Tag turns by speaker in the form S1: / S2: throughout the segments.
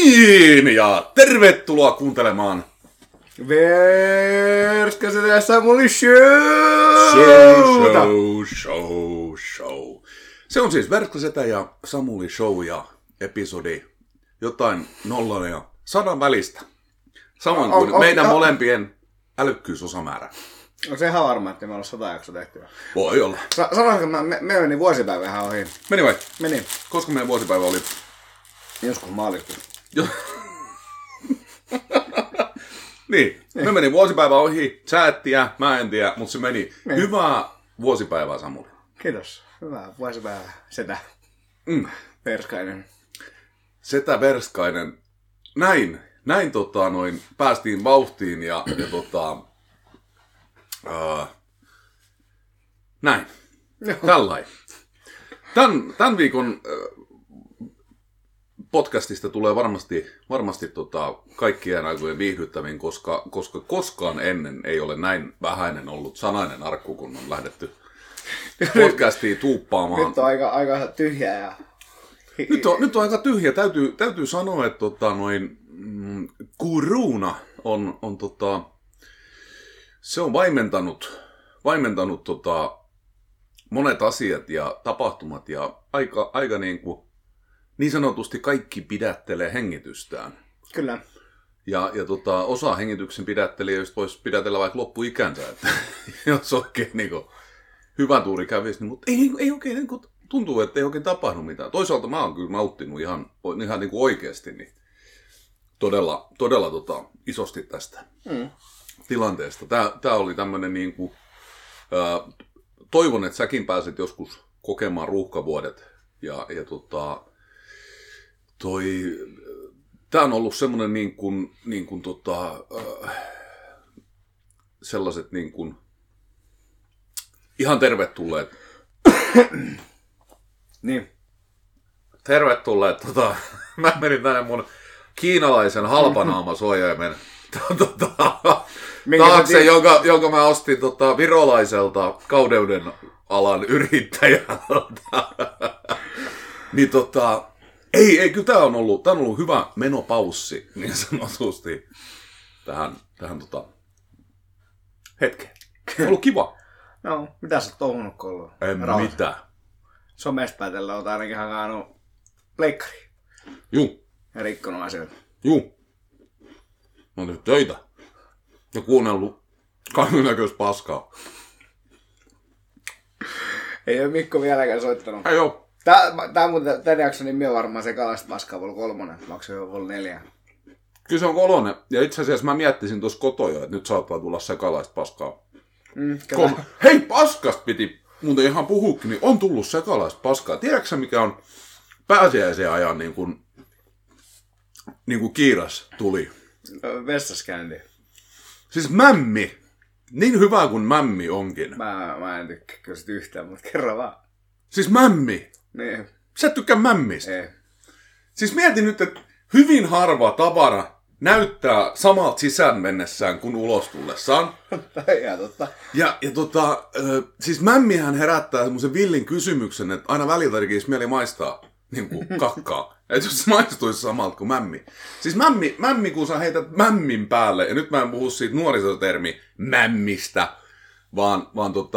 S1: Niin, ja tervetuloa kuuntelemaan
S2: Verskäset ja Samuli
S1: Show. Se on siis Verkkosetä ja Samuli Show ja episodi jotain 0 ja 100 välistä. Samoin kuin meidän molempien älykkyysosamäärä.
S2: On se ihan varma, että me ollaan 100 jaksoa tehty.
S1: Voi olla.
S2: Sanoinko, me meni vuosipäivä ihan ohi.
S1: Meni vai?
S2: Meni.
S1: Koska meidän vuosipäivä oli?
S2: Joskus maaliskuussa.
S1: Niin, me meni vuosipäivä ohi, chattia, mä en tiedä, mutta se meni.
S2: Niin.
S1: Hyvää vuosipäivää, Samuli.
S2: Kiitos. Hyvää vuosipäivää. Setä. Verskainen.
S1: Setä Verskainen. Näin päästiin vauhtiin ja näin. Tällainen. Tämän viikon podcastista tulee varmasti kaikkien aikojen viihdyttävin, koska koskaan ennen ei ole näin vähäinen ollut sanainen arkku, kun on lähdetty podcastiin tuuppaamaan.
S2: Nyt on aika tyhjää. Ja...
S1: Nyt on aika tyhjä. Täytyy sanoa, että Kuruna on se on vaimentanut monet asiat ja tapahtumat ja aika niin sanotusti kaikki pidättelee hengitystään.
S2: Kyllä.
S1: Ja osa hengityksen pidättelijöistä voisi pidätellä vaikka loppuikänsä, että jos oikein hyvä tuuri kävisi, niin, mutta ei oikein tuntuu, että ei oikein tapahdu mitään. Toisaalta mä oon kyllä nauttinut ihan oikeasti niin todella isosti tästä tilanteesta. Tää oli tämmönen toivon, että säkin pääset joskus kokemaan ruuhkavuodet ja tää on ollut semmonen sellaiset ihan tervetulleet.
S2: Niin.
S1: Tervetulleet, mä menin tänne mun kiinalaisen halpanaamasuojaimen taakse, jonka mä ostin virolaiselta kauneuden alan yrittäjältä. Niin ei, kyllä tää on ollut hyvä menopaussi, niin sanotusti, tähän hetkeen. On ollut kiva.
S2: No, mitä sä oot touhunut kouluun?
S1: En mitään.
S2: Somesta päätellä oot ainakin hakannut pleikkariin.
S1: Juu.
S2: Ja rikkonut asioita.
S1: Juu. Mä oon tehnyt töitä. Ja kuunnellut kaikennäköistä paskaa.
S2: Ei oo Mikko vieläkään soittanut.
S1: Ei oo.
S2: Tää muuten, tän jakson nimi on varmaan Sekalaista paskaa vol 3. Maksoi jo vol 4.
S1: Kyllä se on 3. Ja itse asiassa mä miettisin tuossa kotoja, että nyt saattaa tulla sekalaista paskaa. Hei, paskasta piti muuten ihan puhuukin, niin on tullut sekalaista paskaa. Tiedätkö sä, mikä on pääsiäisen ajan niin kuin kiiras tuli?
S2: Vessaskäynti.
S1: Siis mämmi. Niin hyvä kuin mämmi onkin.
S2: Mä en tykkää kyllä sit yhtään, mutta kerro vaan.
S1: Siis mämmi.
S2: Niin.
S1: Sä et tykkää mämmistä.
S2: Ei.
S1: Siis mietin nyt, että hyvin harva tavara näyttää samalta sisään mennessään kuin ulos tullessaan.
S2: Ja totta.
S1: Ja siis mämmihän herättää semmoisen villin kysymyksen, että aina välillä tekisi mieli maistaa kakkaa. Että jos se maistuisi samalta kuin mämmi. Siis mämmi, kun sä heität mämmin päälle, ja nyt mä en puhu siitä nuorisotermi mämmistä, vaan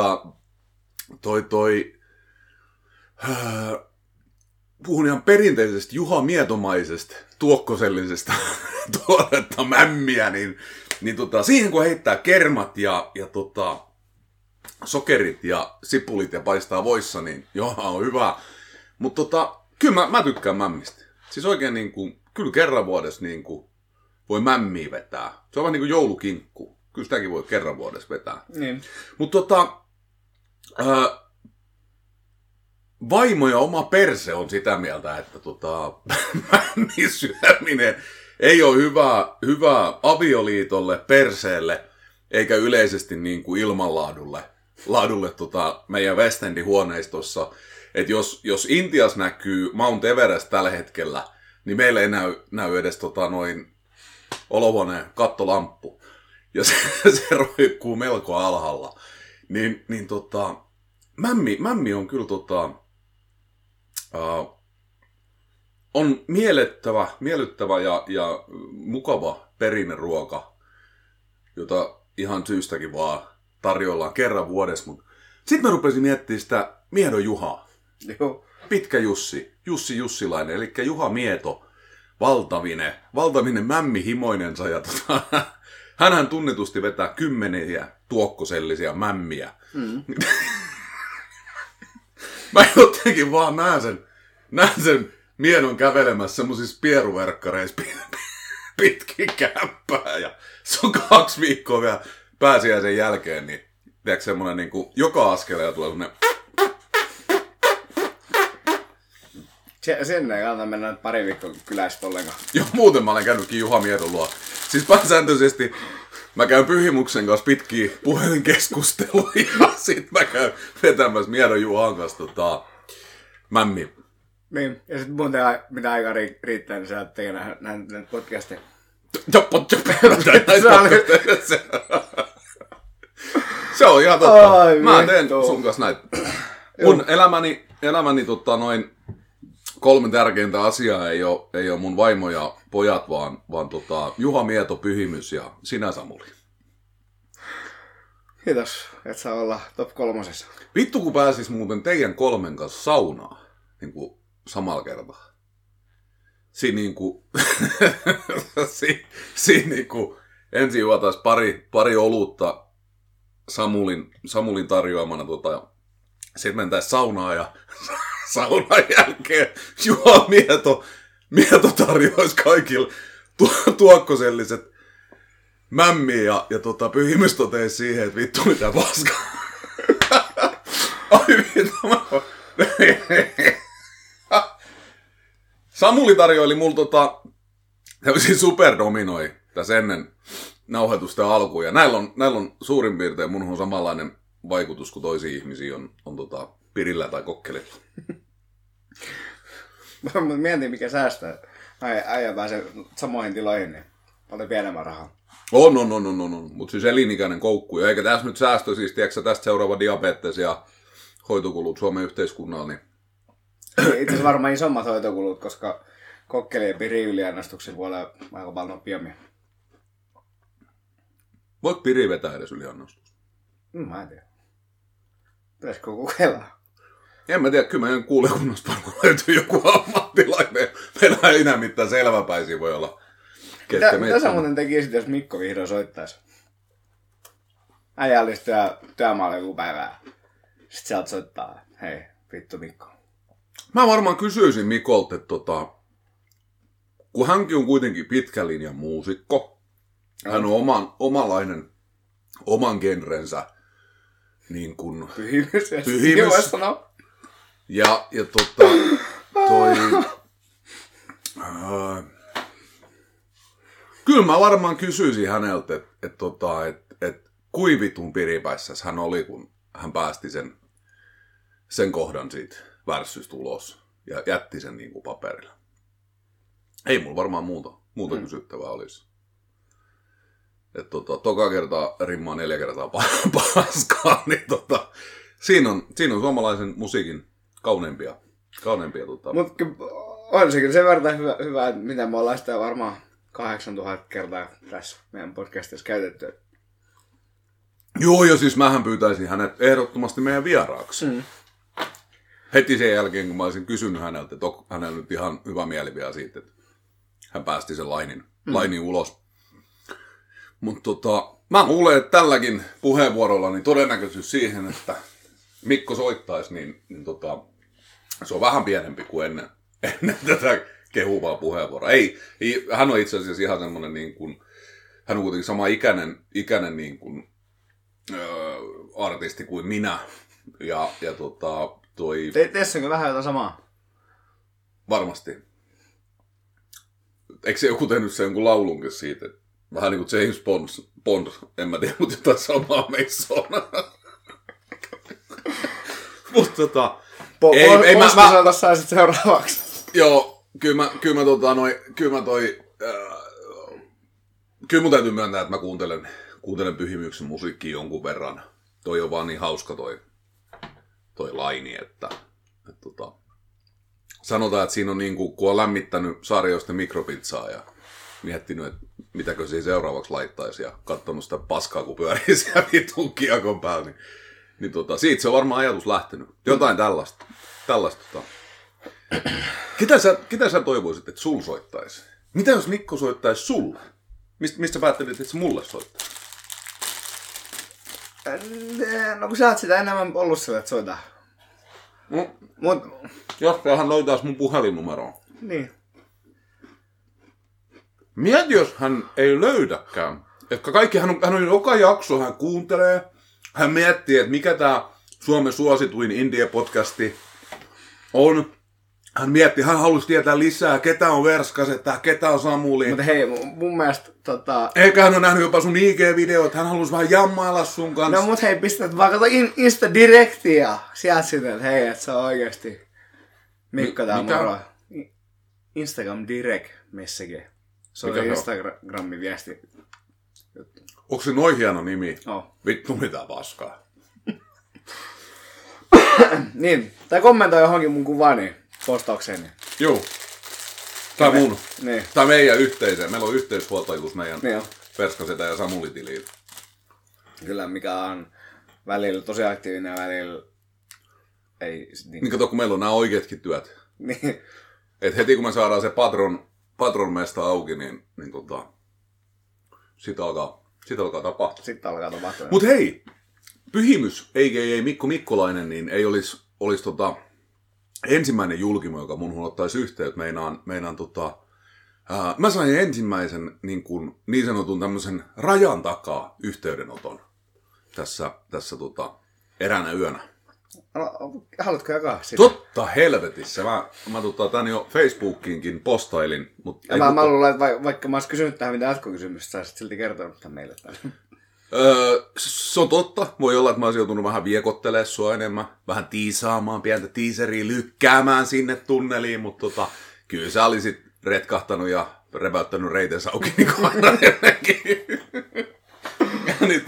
S1: puhun ihan perinteisestä Juha Mietomaisesta tuokkosellisesta tuoretta mämmiä, niin siihen kun heittää kermat ja sokerit ja sipulit ja paistaa voissa, niin on hyvä. Mutta kyllä mä tykkään mämmistä. Siis oikein kyllä kerran vuodessa voi mämmiä vetää. Se on vähän niin kuin joulukinkku. Kyllä sitäkin voi kerran vuodessa vetää.
S2: Niin.
S1: Mutta vaimo ja oma perse on sitä mieltä, että mämmin syöminen ei ole hyvää avioliitolle, perseelle, eikä yleisesti ilmanlaadulle meidän West Endin huoneistossa. Että jos Intias näkyy Mount Everest tällä hetkellä, niin meillä ei näy edes olohuoneen kattolamppu. Ja se roikkuu melko alhaalla. Mämmi on kyllä on miellyttävä ja mukava perinneruoka, jota ihan syystäkin vaan tarjoillaan kerran vuodessa. Sitten mä rupesin miettimään sitä Miedon Juhaa.
S2: Joo.
S1: Pitkä Jussi Jussilainen, eli Juha Mieto, valtavinen mämmihimoinensa. Ja hänhän tunnetusti vetää 10 tuokkosellisia mämmiä. Mä jotenkin vaan näen sen Miedon kävelemässä semmoisissa pieruverkkareissa pitkin kämppää. Ja se on 2 viikkoa vielä pääsiäisen jälkeen, niin tiedätkö semmoinen niin kuin joka askeleella tulee semmoinen...
S2: Sinne ei kannata mennä pari viikkoa kylästä ollenkaan.
S1: Joo, muuten mä olen käynytkin Juha Miedon luo. Siis pääsääntöisesti mä käyn Pyhimuksen kanssa pitkiä puhelinkeskusteluja ja sit mä käyn vetämässä Miedon Juhan kanssa mämmiä.
S2: Niin, ja sit muuten mitä aikaa riittää, niin sä tekee näitä podcasteja.
S1: Se on ihan totta. Mä teen sun kanssa näitä. Mun elämäni noin 3 tärkeintä asiaa ei ole mun vaimo ja pojat, vaan Juha Mieto, Pyhimys ja sinä, Samuli.
S2: Kiitos, et saa olla top 3.
S1: Vittu kun pääsis muuten teidän 3 kanssa saunaan, niin kuin samalla kertaa. Siinä niinku ensin juotais pari olutta Samulin tarjoamana, sitten mentäis saunaan ja saunan jälkeen Juha Mieto tarjoisi kaikille tuokkoselliset mämmiä ja Pyhimys toteisi siihen, että vittu mitä paskaa. Ai vittu. Samuli tarjoili mulla tämmöisiä superdominoi tässä ennen nauhoitusten alkuun. Ja näillä on suurin piirtein mun on samanlainen vaikutus kuin toisiin ihmisiin on pirillä tai kokkelilla.
S2: Mutta mietin mikä säästää. Äijä pääsee samoihin tiloihin, niin paljon pienemmän rahaa.
S1: On. Mutta siis elinikäinen koukku. Eikä tässä nyt säästö, siis tiedätkö tästä seuraava diabetes ja hoitokulut Suomen yhteiskunnalla. Niin...
S2: Itse asiassa varmaan isommat hoitokulut, koska kokkeli- ja piri-yliannostuksen kuolee aika paljon nopeammin.
S1: Voiko piri vetää edes yliannostus?
S2: Mä en tiedä. Pitäisikö kokeilla?
S1: En mä tiedä, kyllä meidän kuulekunnasta varmaan löytyy joku ammattilainen. Meillä ei enää mitään selväpäisiä voi olla.
S2: Mitä sä muuten tekisit, jos Mikko vihdoin soittaisi? Äijä olisi työmaalla joku päivää. Sitten sieltä soittaa, hei, vittu Mikko.
S1: Mä varmaan kysyisin Mikolta, että kun hänkin on kuitenkin pitkän linjan muusikko, hän on omanlainen, oman genrensä niin kuin
S2: Pyhimys.
S1: Ja kyllä mä varmaan kysyisin häneltä, että kui vitun piripäissäs hän oli, kun hän päästi sen kohdan siitä värssystä ulos ja jätti sen niin kuin paperille. Ei mulla varmaan muuta kysyttävää olisi. Että toka kertaa rimmaa 4 kertaa paskaa, niin siinä on suomalaisen musiikin kauneimpia.
S2: Mutta on se kyllä sen verran hyvä, että mitä me ollaan sitä varmaan 8000 kertaa tässä meidän podcastissa käytetty.
S1: Joo, ja siis mähän pyytäisin hänet ehdottomasti meidän vieraaksi. Heti sen jälkeen, kun mä olisin kysynyt häneltä, että on hänellä nyt ihan hyvä mieli vielä siitä, että hän päästi sen lainin ulos. Mutta mä luulen, että tälläkin puheenvuorolla niin todennäköisyys siihen, että Mikko soittaisi, niin se on vähän pienempi kuin ennen tätä kehuvaa puheenvuoroa. Ei, hän on itse asiassa ihan semmoinen, niin kuin, hän on kuitenkin sama ikäinen niin kuin, artisti kuin minä. Ja
S2: Teessäkö vähän jotain samaa?
S1: Varmasti. Eikö se joku tehnyt se jonkun laulunkin siitä? Vähän niin kuin James Bond, en mä tiedä, mutta jotain samaa meissä on. Mutta
S2: Postisalta saisit seuraavaksi.
S1: Joo, kyllä mun täytyy myöntää, että mä kuuntelen Pyhimyksen musiikkia jonkun verran. Toi on vaan niin hauska toi laini, että sanotaan, että siinä on niin kuin, kun on lämmittänyt sarjoista mikropizzaa ja miettinyt, että mitäkö siihen seuraavaksi laittaisi ja katsonut sitä paskaa, kun pyörii siellä vitun kiekon päällä, niin siitä se on varmaan ajatus lähtenyt. Jotain tällaista. Ketä sä toivoisit, että sul soittaisi? Mitä jos Mikko soittaisi sulle? Mistä päättelit, että se mulle soittaisi?
S2: No kun sä oot sitä enemmän ollut sille, että soita.
S1: Jos hän löytäisi mun puhelinnumeroon.
S2: Niin.
S1: Mieti, jos hän ei löydäkään. Että kaikki, hän on joka jakso, hän kuuntelee. Hän miettii, että mikä tää Suomen suosituin indie-podcasti on. Hän miettii, hän halusi tietää lisää, ketä on Verskasetta, ketä on Samuli.
S2: Mutta hei, mun mielestä
S1: Eikä hän on nähnyt jopa sun IG-videot, hän halusi vähän jammailla sun kanssa.
S2: No mut hei, pistät vaikka Insta-direktiä sieltä sitten, että hei, että se on oikeesti Mikko tää moro. Instagram Direct message. Se on Instagramin viesti.
S1: Onko se noin hieno nimi?
S2: No.
S1: Vittu mitä paskaa.
S2: Niin, tai kommentoi johonkin mun kuvaani, postaukseni.
S1: Joo. Tai mun.
S2: Niin.
S1: Tai meidän yhteiseen. Meillä on yhteishuoltajuus meidän
S2: Niin
S1: Verskasetä ja Samuli-tiliin.
S2: Kyllä, mikä on välillä tosi aktiivinen ja välillä ei.
S1: Niin kato, kun meillä on nämä oikeatkin työt.
S2: Niin.
S1: Et heti kun me saadaan se patron mesta auki, niin sit alkaa tapahtua.
S2: Sitten alkaa tapahtua.
S1: Mut hei, Pyhimys, a.k.a. Mikko Mikkolainen, niin ei olisi ensimmäinen julkimo, joka mun ottaisi yhteyttä. Mä sain ensimmäisen niin sanotun tämmöisen rajan takaa yhteydenoton tässä eräänä yönä.
S2: Haluatko jakaa sitä?
S1: Totta helvetissä. Mä tän jo Facebookiinkin postailin.
S2: Mä luulen, että vaikka mä olisin kysynyt tähän mitä jatkokysymystä, sä olisit silti kertonut tämän meille.
S1: Se on totta. Voi olla, että mä olisin joutunut vähän viekottelemaan sua enemmän. Vähän tiisaamaan, pientä tiiseriä lykkäämään sinne tunneliin. Mutta kyllä sä olisit retkahtanut ja repäyttänyt reitensä auki niin kuin aina ennenkin. Niin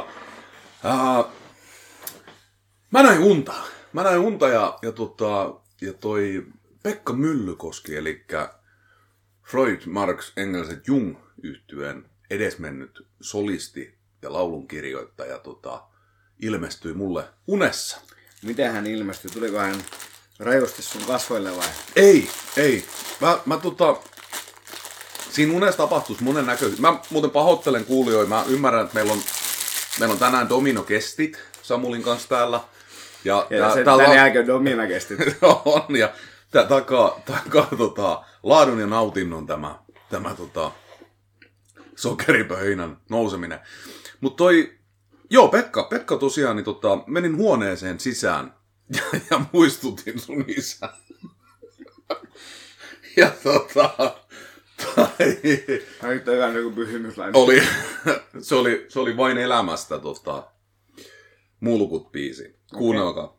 S1: Mä näin unta ja toi Pekka Myllykoski, eli Freud, Marx, Engels ja Jung -yhtyeen edesmennyt solisti ja laulunkirjoittaja ilmestyi mulle unessa.
S2: Miten hän ilmestyi? Tuliko hän rajusti sun kasvoille vai?
S1: Ei. Mä siinä unessa tapahtuisi monen näköisesti. Mä muuten pahoittelen kuulijoita. Mä ymmärrän, että meillä on tänään dominokestit Samulin kanssa täällä.
S2: Ja tän jälkeen dominokestit.
S1: On, ja tää takaa laadun ja nautinnon tämä sokeripöhinän nouseminen. Mutta Pekka tosiaan, niin menin huoneeseen sisään ja muistutin sun isän. Ja
S2: nyt on ihan joku pyhimyslainen.
S1: Se oli vain elämästä Mulkut biisi. Kuunnelkaa.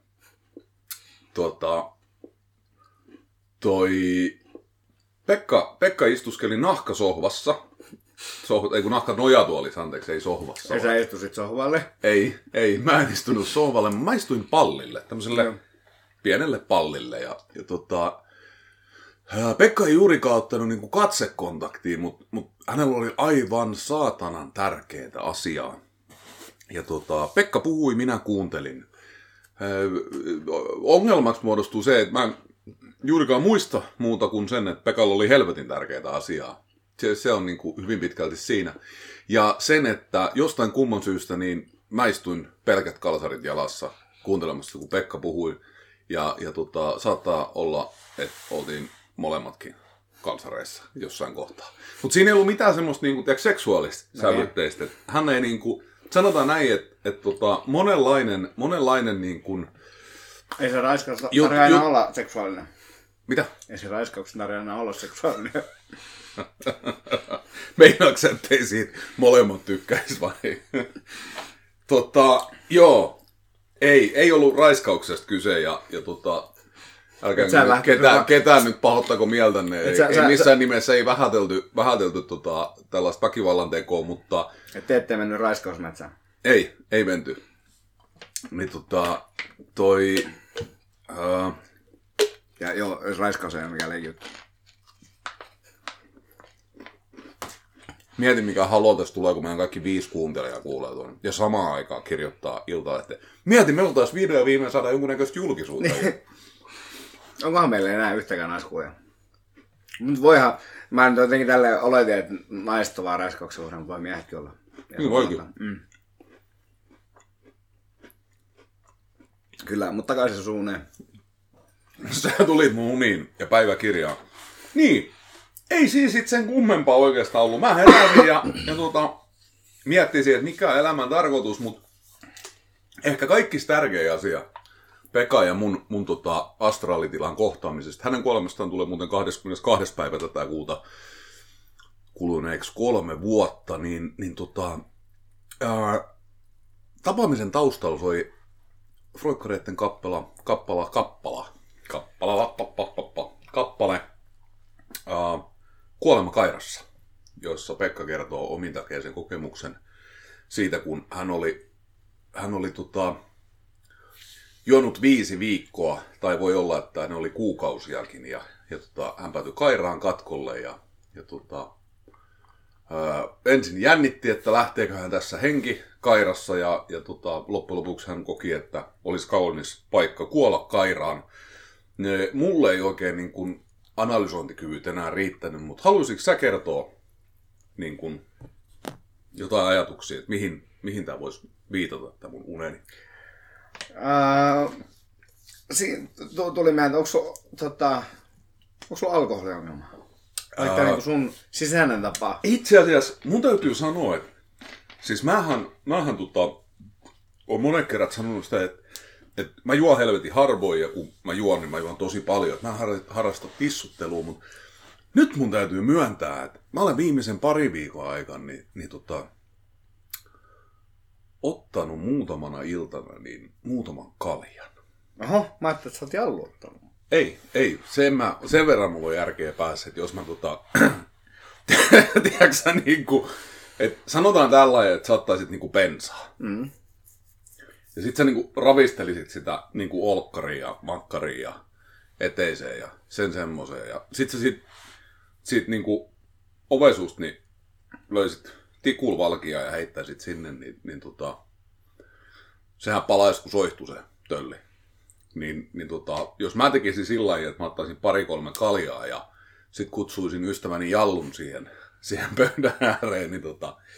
S1: Pekka istuskeli nahkasohvassa. Nahka nojatuolissa, anteeksi, ei sohvassa.
S2: Ei sä istusit sohvalle?
S1: Ei, mä en istunut sohvalle, mä istuin pallille, tämmöiselle pienelle pallille. Ja Pekka ei juurikaan ottanut niinku katsekontaktiin, mutta hänellä oli aivan saatanan tärkeää asiaa. Ja Pekka puhui, minä kuuntelin. Ongelmaksi muodostuu se, että mä en juurikaan muista muuta kuin sen, että Pekalla oli helvetin tärkeää asiaa. Se on niin kuin hyvin pitkälti siinä. Ja sen, että jostain kumman syystä niin mä istuin pelkät kalsarit jalassa kuuntelemassa, kun Pekka puhui. Ja saattaa olla, että oltiin molemmatkin kalsareissa jossain kohtaa. Mutta siinä ei ollut mitään semmoista niin kuin, seksuaalista sävytteistä. Hän ei niin kuin, sanotaan näin, että monenlainen niin kuin...
S2: Ei se raiskaus tarvitse aina olla seksuaalinen.
S1: Mitä?
S2: Ei se raiskauksen tarvitse aina olla seksuaalinen.
S1: Meinaatko, ettei siitä molemmat tykkäisi vai? Ei ollut raiskauksesta kyse ja älkää ketään nyt pahoittako mieltänne. Ei missään nimessä ei vähätelty tällaista väkivallan tekoa, mutta...
S2: Te ette mennyt raiskausmetsään?
S1: Ei menty. Niin
S2: Ja joo, jos raiskaus ei ole mikään leikitty.
S1: Mietin, mikä halo tässä tulee, kun meidän kaikki 5 kuuntelijaa kuulee tuonne. Ja samaan aikaan kirjoittaa Iltalehteen. Mietin, me oltaisiin video viimein saada jonkunnäköistä julkisuutta.
S2: Onkohan meillä enää yhtäkään naiskuulia? Mut voihan, mä nyt jotenkin tälleen oletin, että naiset on vaan raiskauksen uhreja, mutta voi miehetkin olla.
S1: Niin voikin.
S2: Kyllä, mutta takaisin suuneen.
S1: Sä tulit mun uniin ja päiväkirjaan. Niin, ei siis sit sen kummempaa oikeastaan ollut. Mä heräsin ja miettisin, että mikä on elämän tarkoitus, mutta ehkä kaikista tärkein asia Pekka ja mun astraalitilan kohtaamisesta. Hänen kuolemastaan tulee muuten 22. päivä tätä kuuta kuluneeksi 3 vuotta, tapaamisen taustalla soi Freudkareitten kappale Kuolema Kairassa, jossa Pekka kertoo omintakeisen kokemuksen siitä, kun hän oli juonut 5 viikkoa, tai voi olla, että ne oli kuukausiakin, ja hän päätyi Kairaan katkolle, ja ensin jännitti, että lähteekö hän tässä henki Kairassa, ja loppujen lopuksi hän koki, että olisi kaunis paikka kuolla Kairaan. Mulle ei oikein niin kuin analysointikyvyt enää riittänyt, mutta haluaisitko sä kertoa niin kuin jotain ajatuksia, että mihin tämä voisi viitata, tämä mun uneni?
S2: Tuli mieleen, onko sulla alkoholiongelma? Vai tämä niin sun sisäinen tapa?
S1: Itse asiassa mun täytyy sanoa, että siis mähän olen monen kerran sanonut sitä, että mä juon helvetin harvoin ja kun mä juon, niin mä juon tosi paljon. Mä en harrasta tissuttelua, mutta nyt mun täytyy myöntää, että mä olen viimeisen 2 viikon aikana ottanut muutamana iltana muutaman kaljan.
S2: Oho, mä ajattelin, että sä oot jallu ottanut.
S1: Ei. Sen verran mulla on järkeä päässä, että jos mä tiedätkö sä niinku, että sanotaan tällainen, että sä ottaisit niinku bensaa. Mm. Ja sit sä niinku ravistelisit sitä niinku olkkaria ja makkaria ja eteiseen ja sen semmoseen. Ja sit sä siitä niinku ovesusta niin löysit tikulvalkia ja heittäisit sinne, sehän palaisi kun soihtu se tölli. Jos mä tekisin sillä lailla, että mä ottaisin 2-3 kaljaa ja sit kutsuisin ystäväni Jallun siihen pöydän ääreen, niin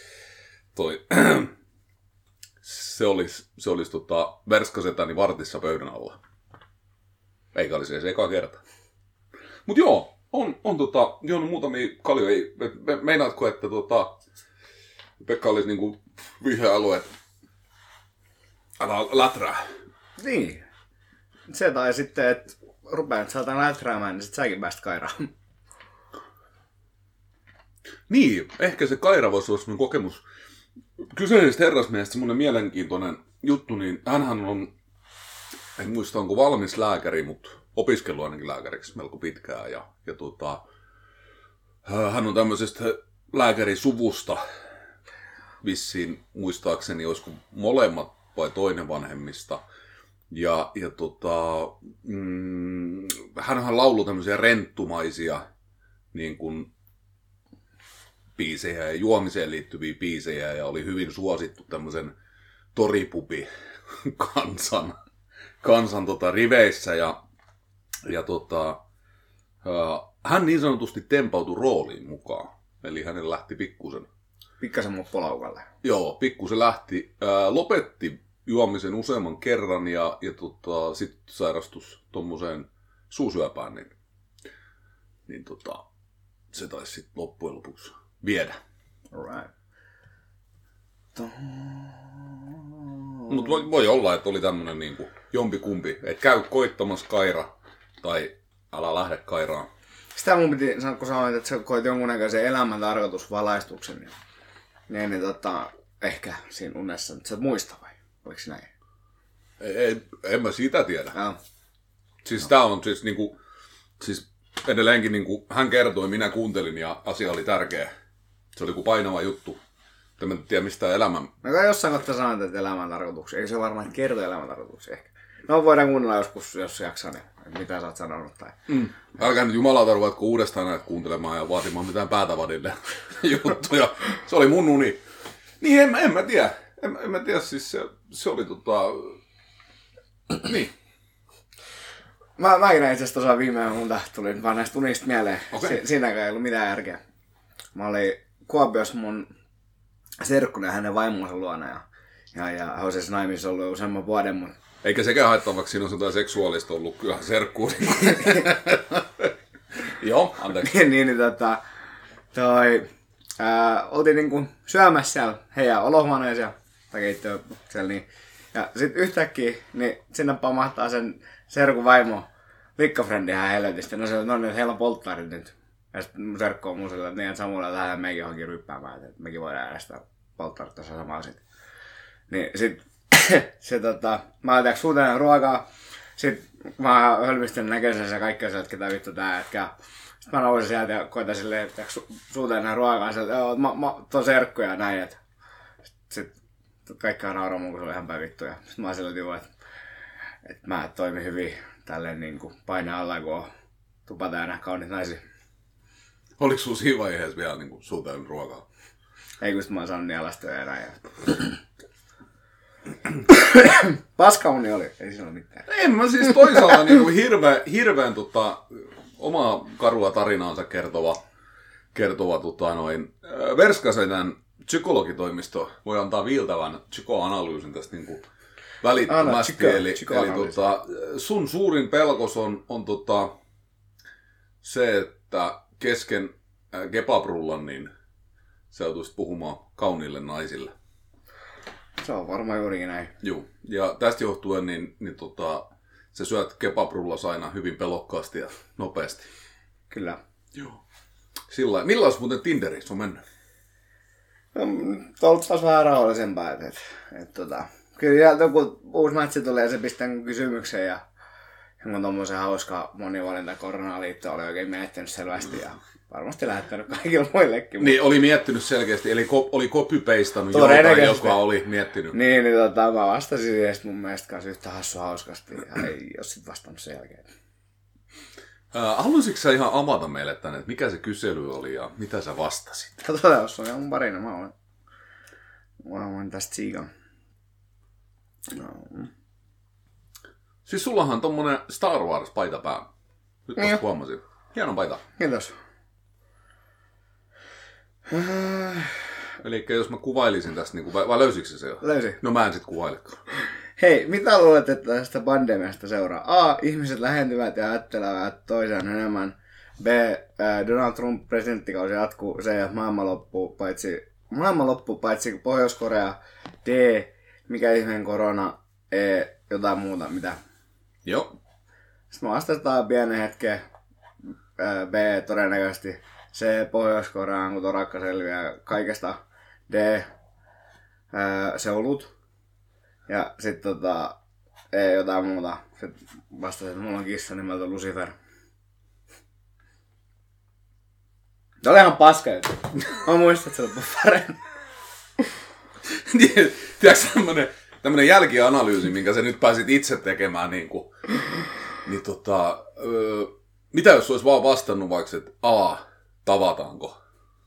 S1: se olisi verskasetäni vartissa pöydän alla. Eikä olisi edes eka kerta. Mut joo, on juonut muutamia kaljoja. Meinaatko, että Pekka olisi niinku vihreä alue, että älä läträä?
S2: Niin. Se tai sitten, että rupeat saatan läträämään, niin sit säkin pääst Kairaan.
S1: Niin, ehkä se Kaira voisi olla semmoinen kokemus. Kyseisestä herrasmiehestä semmoinen mielenkiintoinen juttu, niin hänhän on, en muista onko valmis lääkäri, mutta opiskellut ainakin lääkäriksi melko pitkään. Ja hän on tämmöisestä lääkärisuvusta, vissiin muistaakseni olisiko molemmat vai toinen vanhemmista. Ja hänhän lauloi tämmöisiä renttumaisia niin kuin biisejä ja juomiseen liittyviä biisejä ja oli hyvin suosittu tämmöisen toripubi kansan riveissä ja hän niin sanotusti tempautui rooliin mukaan. Eli hänen lähti
S2: pikkasen moppolaukalle.
S1: Joo, pikkusen lähti. Lopetti juomisen useamman kerran ja sitten sairastus tommoseen suusyöpään, niin se taisi sitten loppujen lopuksi viedä.
S2: Alright.
S1: Mutta voi olla, että oli tämmönen niinku jompikumpi, että käy koittamassa Kaira tai älä lähde Kairaan.
S2: Sitä mun piti sanoa, kun sanoit, että sä koit jonkunnäköisen elämän tarkoitusvalaistuksen, niin ehkä siinä unessa, mutta sä et muista vai? Oliko se näin?
S1: En mä sitä tiedä. Siis tää on siis niinku, siis edelleenkin niinku, hän kertoi, minä kuuntelin ja asia oli tärkeä. Se oli kuin painava juttu. En tiedä mistään elämän.
S2: No kai jossain kohtaa sanoit, että elämän tarkoituksia. Eikö se varmaan kertoa elämän tarkoituksia ehkä? No voidaan kuunnella joskus, jos jaksaa, niin mitä sä oot sanonut. Tai...
S1: Älkää nyt jumalauta ruvatko uudestaan näitä kuuntelemaan ja vaatimaan mitään päätävadille juttuja. Se oli mun uni. Niin en mä tiedä. En mä tiedä, siis se oli Niin.
S2: Mäkin itse asiassa tosiaan viime unta tulin vaan näistä unista mieleen.
S1: Okay.
S2: Siinäkään ei ollut mitään järkeä. Mä olin Kuopiossa mun serkkuna ja hänen vaimonsa luona ja hän on siis naimisissa ollut useamman vuoden. Mutta...
S1: Eikä sekään haittaa, vaikka siinä on jotain seksuaalista ollut kyllä serkkuun. Joo, anteeksi.
S2: Oltiin niinku syömässä siellä heidän olohuoneessa tai keittiö siellä niin. Ja sit yhtäkkiä niin sinne pamahtaa sen serkun vaimo likkafrendi ihan helvetistä. No se on että heillä on polttarit nyt. Ja sit mun serkku on mun sillä, että niin Samulla lähdetään mekin johonkin ryppäämään, että mekin voidaan äänestää polttarit tässä samalla sit. Niin sit mä ajattelin suuteen ruokaa. Sit mä hölmistän näköisessä ja kaikkea sieltä, ketä vittu tää jätkä. Sit mä nousin sieltä ja koitan silleen, että suuteen näin ruokaa. Sieltä, tuon serkku ja näin, että sit kaikki on nauraa mun, kun se oli ihan päin vittuja. Sitten mä silleen, että mä toimin hyvin tälleen niinku paine alla, kun on tupa täynnä kauniit naisia.
S1: Oliko sulla siinä vaiheessa vielä niinku suuteen ruokaa?
S2: Ei, kun sit mä oon saanut nielasta ja näin. Paskauni oli, ei siinä ole mitään.
S1: En mä siis toisaalta niinku hirveän omaa karua tarinaansa kertova Verskasen psykologitoimisto voi antaa viiltävän psykoanalyysin tästä niinku välittömästi. Eli sun suurin pelkos on se, että kesken kebabrullan niin sä joutuisit puhumaan kauniille naisille.
S2: Se on varmaan juurikin näin.
S1: Joo, ja tästä johtuen niin sä syöt kebabrullas aina hyvin pelokkaasti ja nopeasti.
S2: Kyllä.
S1: Joo. Sillä milloin muuten Tinderissä on mennyt?
S2: Tuolta taas vähän rauhallisempaa. Kyllä joku uusi matsi tulee ja se pistää kysymyksen ja jonkun tommosen hauska monivalinta koronaliitto oli oikein miettinyt selvästi ja varmasti lähettänyt kaikille muillekin.
S1: Niin, oli miettinyt selkeästi, eli oli copy-pastannut jotain, joka oli miettinyt.
S2: Niin, mä vastasin siihen mun mielestä kanssa yhtä hauskasti ja ei ole sit vastannut sen jälkeen.
S1: Haluaisitko sä ihan avata meille tänne, että mikä se kysely oli ja mitä sä vastasit?
S2: Katsotaan, jos on ihan mun parina. Mä voin tästä siikan. No.
S1: Siis sullahan on tommonen Star Wars-paita päällä. Nyt vasta huomasin. Hieno paita.
S2: Kiitos.
S1: Eli jos mä kuvailisin tästä, niin vai löysikö se jo?
S2: Löysin.
S1: No mä en sit kuvailekaan.
S2: Hei, mitä luulet, että tästä pandemiasta seuraa? A. Ihmiset lähentyvät ja ajattelevat toisiaan enemmän. B. Donald Trump presidenttikausi jatkuu. C. Maailma loppuu paitsi Pohjois-Korea. D. Mikä ihmeen korona? E. Jotain muuta. Mitä?
S1: Joo.
S2: Sitten me vastataan pienen hetken. B. Todennäköisesti. C. Pohjois-Koreaan, kun torakka selviää kaikesta. D. Seulut. Ja sit ei jotain muuta. Sitten vastasin, että mulla on kissa nimeltä Lucifer. Se oli ihan paska juttu. Mä muistan, että se loppui paremmin.
S1: Tiedätkö tämmönen jälkianalyysi, minkä sä nyt pääsit itse tekemään mitä jos olisi vaan vastannut vaikka, että A, tavataanko?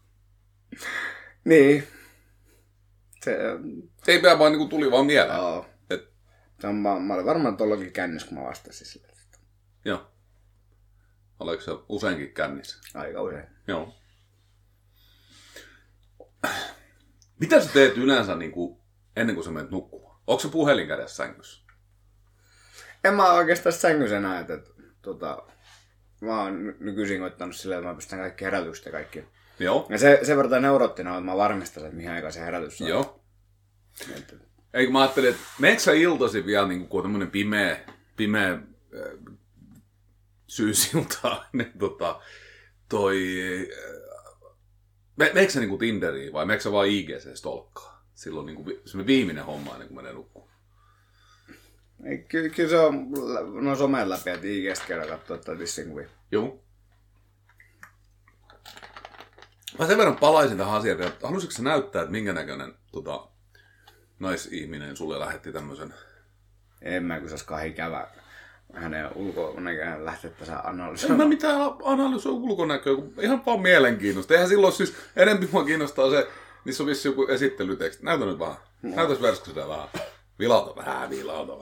S2: Niin.
S1: Se ei pidä vaan niin tuli vaan mieleen.
S2: Joo. Mä olin varmaan tollakin kännissä, kun mä vastasin sille.
S1: Joo. Oliko se useinkin kännissä?
S2: Aika usein.
S1: Joo. Mitä sä teet yleensä niin kuin, ennen kuin sä menet nukkumaan? Onko se puhelin kädessä sängyssä?
S2: En mä oikeastaan sängyssä enää. Mä oon nykyisin koittanut silleen, että mä pystyn kaikki herätykset ja kaikki.
S1: Joo.
S2: Ja se verran neurottina, että mä varmistan, että mihin aikaan se herätys on.
S1: Joo. Eikö mä ajattelin, että meneekö sä iltaisin vielä, niin kun on tämmönen pimeä syysilta, niin meneekö sä niin Tinderiin vai meneekö sä vaan IGC-stolkkaa? Silloin niin se viimeinen homma ennen kuin menee nukkumaan.
S2: Kyllä se on somen läpi, että IGstä käydään katsoa tai dissin.
S1: Joo. Mä sen verran palaisin tähän asiaan, että haluaisitko sä näyttää, että minkä näköinen naisihminen sulle lähetti tämmöisen
S2: En mä, kun se olisi ikävä hänen ulkonäköään lähtettäisiin
S1: En
S2: analysoimaan.
S1: mä mitään analysoi ulkonäköä, ihan vaan mielenkiintoista. Eihän silloin siis, enemmän mua kiinnostaa se, niissä on vissi joku esittelyteksti. Näytä nyt vähän. Näytäis Versku vähän. Vilauta vähän.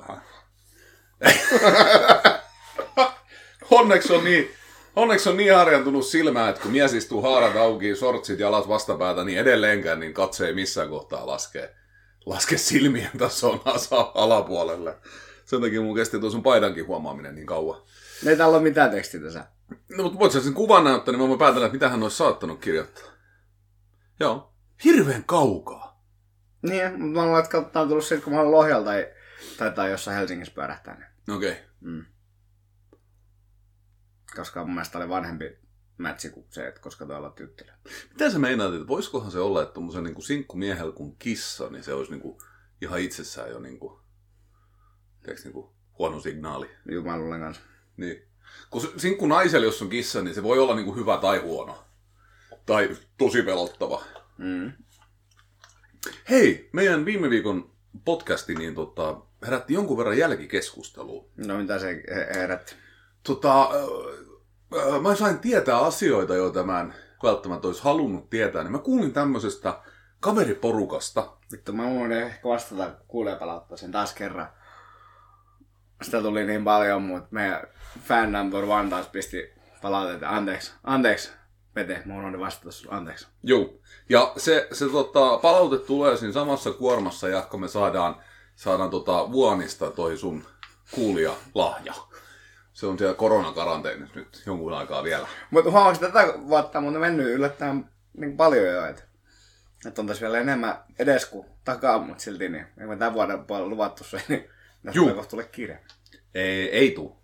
S1: Onneksi on niin harjantunut silmää, että kun mies istuu haarat auki, sortsit jalat vastapäätä, niin edelleenkään niin katse ei missään kohtaa laske silmien tason alapuolelle. Sen takia mun kesti tuon sun paidankin huomaaminen niin kauan.
S2: Ei täällä ole mitään tekstiä tässä.
S1: No, mutta voit sä sen kuvan näyttää, niin mä voin päätellä, että mitä hän olisi saattanut kirjoittaa. Joo. Hirveän kaukaa.
S2: Niin, mutta mä luulen, että tämä on tullut siitä, kun mä olen Lohjalla tai jossain Helsingissä pyörähtää. Niin.
S1: Okei.
S2: Koska mun mielestä oli vanhempi mätsi kuin se, että koska tuolla tyttölä.
S1: Mitä sä meinaat, että voisikohan se olla, että tommosen niin sinkkumiehellä kuin kissa, niin se olisi niin kuin ihan itsessään jo niin kuin, huono signaali.
S2: Juu, mä luulen kanssa.
S1: Niin. Kun sinkku naisella, jos on kissa, niin se voi olla niin kuin hyvä tai huono. Tai tosi pelottava. Hei, meidän viime viikon podcasti niin herätti jonkun verran jälkikeskustelua.
S2: No mitä se herätti?
S1: Mä sain tietää asioita, joita mä en välttämättä olisi halunnut tietää. Niin mä kuulin tämmöisestä kaveriporukasta.
S2: Vittu, mä unohdin ehkä vastata kuulijapalauttaisin taas kerran. Sitä tuli niin paljon, mutta meidän fan number one taas pisti palautetta. Anteeksi, Pete, mä unohdin vastata sulle, anteeksi.
S1: Joo, ja se palaute tulee siinä samassa kuormassa, jahka me saadaan Vuonista toi sun kuulijalahja. Se on siellä koronakaranteenissa nyt jonkun aikaa vielä.
S2: Mutta huomaatko, tätä vuotta on mennyt yllättäen niin paljon jo, että on tässä vielä enemmän edes kuin takaa, mutta silti niin, kun me tämän vuoden puolella luvattu se, niin näistä tulee kohta tulee kirja.
S1: Ei tuu.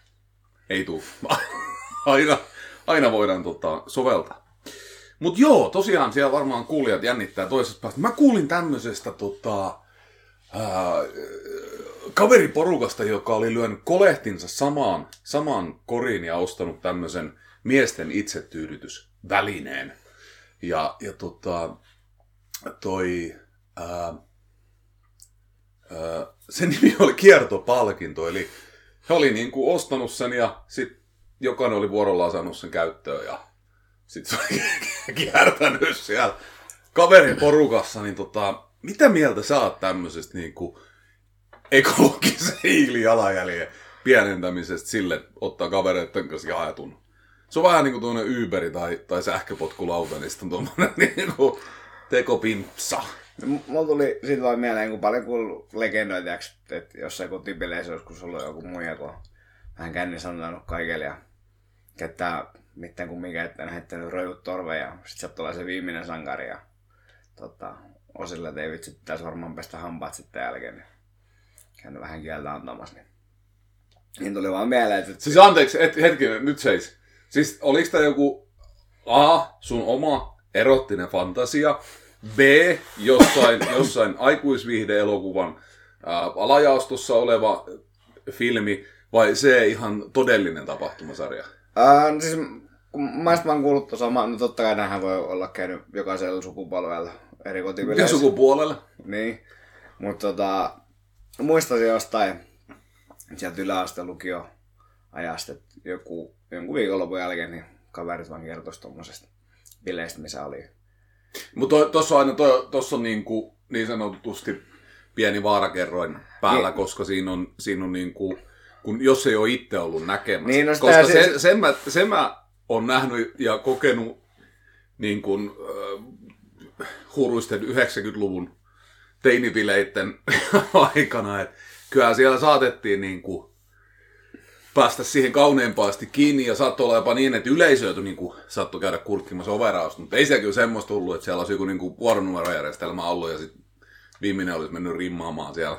S1: Aina voidaan soveltaa. Mut joo, tosiaan siellä varmaan kuulijat jännittää toisesta päästä. Mä kuulin tämmöisestä kaveriporukasta, joka oli lyönyt kolehtinsa samaan koriin ja ostanut tämmöisen miesten itsetyydytysvälineen. Sen nimi oli kiertopalkinto, eli he oli niinku ostanut sen ja sit jokainen oli vuorollaan saanut sen käyttöön ja sit se oli kiertänyt siellä kaveriporukassa, niin mitä mieltä sä oot tämmöisestä niinku ekologisen hiilijalanjäljen pienentämisestä sille, ottaa kavereiden kanssa jaetun? Se on vähän niinku tuollainen Uberi tai sähköpotkulauta, niin sitten on tuollainen niinku tekopimpsa.
S2: Mulla tuli siitä vaan mieleen, kun paljon kuullut legendoita, että jossain kotipeleissä joskus ollut joku muija, kun on vähän kännissä antanut kaikille ja käyttää mitään kuin mikä, että heittänyt rojut torveja ja sit sieltä tulee se viimeinen sankari ja osille, että ei vitsi, pitäisi varmaan pestä hampaat sitten jälkeen, niin käynyt vähän kieltä antamassa, niin tuli vaan mieleen, että...
S1: Siis anteeksi, hetkinen, nyt seis. Siis oliks tää joku A, sun oma erottinen fantasia, B, jossain aikuisviihde-elokuvan alajaostossa oleva filmi, vai C, ihan todellinen tapahtumasarja?
S2: Siis kun mä oon kuullut tuossa, no totta kai nämähän voi olla käynyt jokaisella sukupolvella eri kotipeleissä.
S1: Ja sukupuolella?
S2: Niin, mutta muistasin jostain sieltä yläasteen lukioajasta, että jonkun viikonlopun jälkeen niin kaverit vaan kertoisi tuommoisesta bileistä, missä oli.
S1: Mutta tossa on niin sanotusti pieni vaarakerroin päällä, niin, koska siinä on niinku, kun jos ei ole itse ollut näkemässä.
S2: Niin, no
S1: koska sen mä oon nähnyt ja kokenut niin kuin, huruisten 90-luvun teinibileitten aikana, että kyllähän siellä saatettiin niin kuin päästä siihen kauneempaasti kiinni ja saattoi olla jopa niin, että yleisö niin saattoi käydä kurkkimassa overausta, mutta ei siellä kyllä semmoista tullut, että siellä olisi joku niin vuoronumerojärjestelmä ollut ja sitten viimeinen olisi mennyt rimmaamaan siellä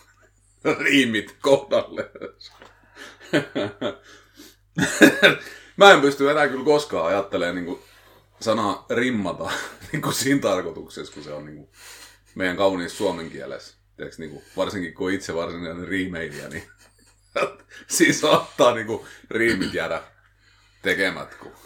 S1: riimit kohdalle. Mä en pysty enää kyllä koskaan ajattelemaan niin sanaa rimmata niin siinä tarkoituksessa, kun se on niin meidän kauniissa suomen kielessä. Tiedätkö, niin varsinkin kun itse varsinainen riimeilijä, niin siis saattaa niin riimit jäädä tekemät, kun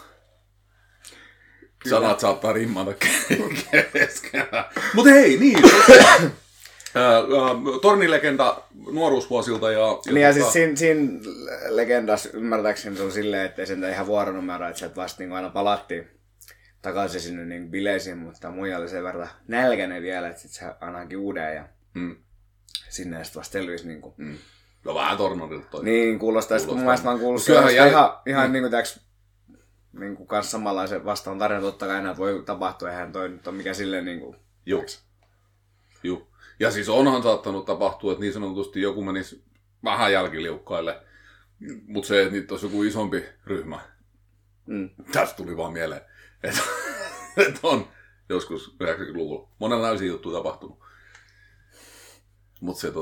S1: sanat saattaa rimmata keskenään. Mutta hei, niin. Tornilegenda nuoruusvuosilta ja
S2: niin ja siis siinä legendassa ymmärtääkseni se on silleen, ettei sen ihan vuoronumero, että sieltä vasta niin aina palattiin takaisin sinne niin bileisiin, mutta muija oli sen verran nälkäinen vielä, että sit se ainakin uuden ja sinne ja sitten vasta selvisi niin kuin.
S1: No vähän Tornarilta toi.
S2: Niin, kuulostaa. Mun mielestä mä oon kuullut ihan niin kuin täks niin kuin kans samanlaisen vastaan tarina, totta kai enää voi tapahtua, eihän toi nyt ole mikä silleen niin kuin.
S1: Joo. Ja siis onhan saattanut tapahtua, että niin sanotusti joku menisi vähän jälkiliukkaille, mutta se, että niitä olisi joku isompi ryhmä. Tästä tuli vaan mieleen, että on joskus 90-luvulla monenlaisia juttuja tapahtunut. Mutta se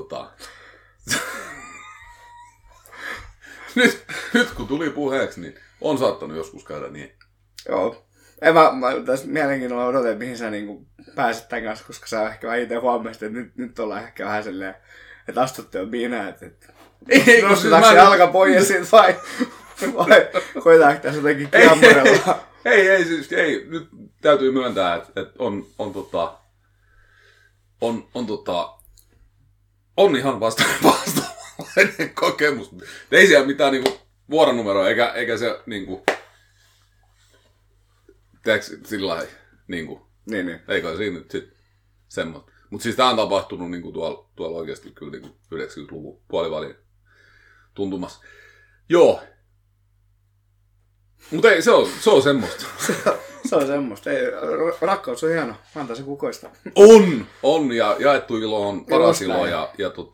S1: nyt kun tuli puheeksi, niin on saattanut joskus käydä niin.
S2: Joo. Mä tässä mielenkiinnolla odotan, mihin sä niinku pääset tämän kanssa, koska sä ehkä vähän itse huomasit, että nyt ollaan ehkä vähän silleen, että astutte jo biinä, että nostetaanko se jalka pois siitä vai koetaanko tässä jotenkin kiamurella?
S1: Ei, nyt täytyy myöntää, että on ihan vastaavainen kokemus. Ei siellä mitään niinku vuoronumeroa, eikä se niinku sillä lailla niinku.
S2: Niin.
S1: Eikä siinä nyt sit semmoista. Mut siis tää on tapahtunut niinku tuolla oikeesti kyllä niinku 90-luvun puoliväliin tuntumassa. Joo. Mut ei, se on semmoista.
S2: Se on semmoista. Ei, rakkaus on hieno. Antaa se kukoista.
S1: On ja jaettu ilo on paras ilo ja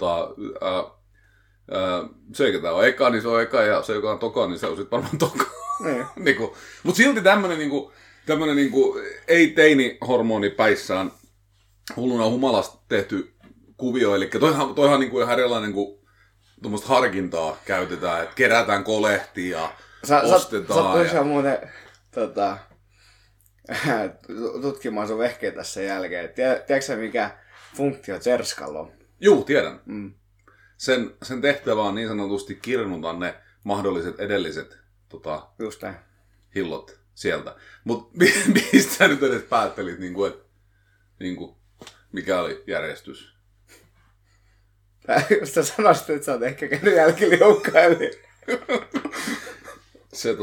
S1: se eikä tää on eka, niin se on eka ja se joka on toka, niin se on sit varmaan toka. Niinku, mut silti tämmönen niinku ei-teini-hormoni päissään hulluna humalasta tehty kuvio, eli toihan niinku ihan erilainen kuin tuommoista harkintaa käytetään, että kerätään kolehtia ja ostetaan.
S2: Sä muuten tutkimaan sun vehkeä tässä jälkeen. Tiedätkö sä mikä funktio Tserskalla on?
S1: Juu, tiedän. Sen tehtävä on niin sanotusti kirnuta ne mahdolliset edelliset hillot sieltä. Mutta mistä sä nyt edes päättelit, mikä oli järjestys?
S2: Jos sä sanoisit, että sä oot ehkä käynyt jälkiliukkaille.
S1: Se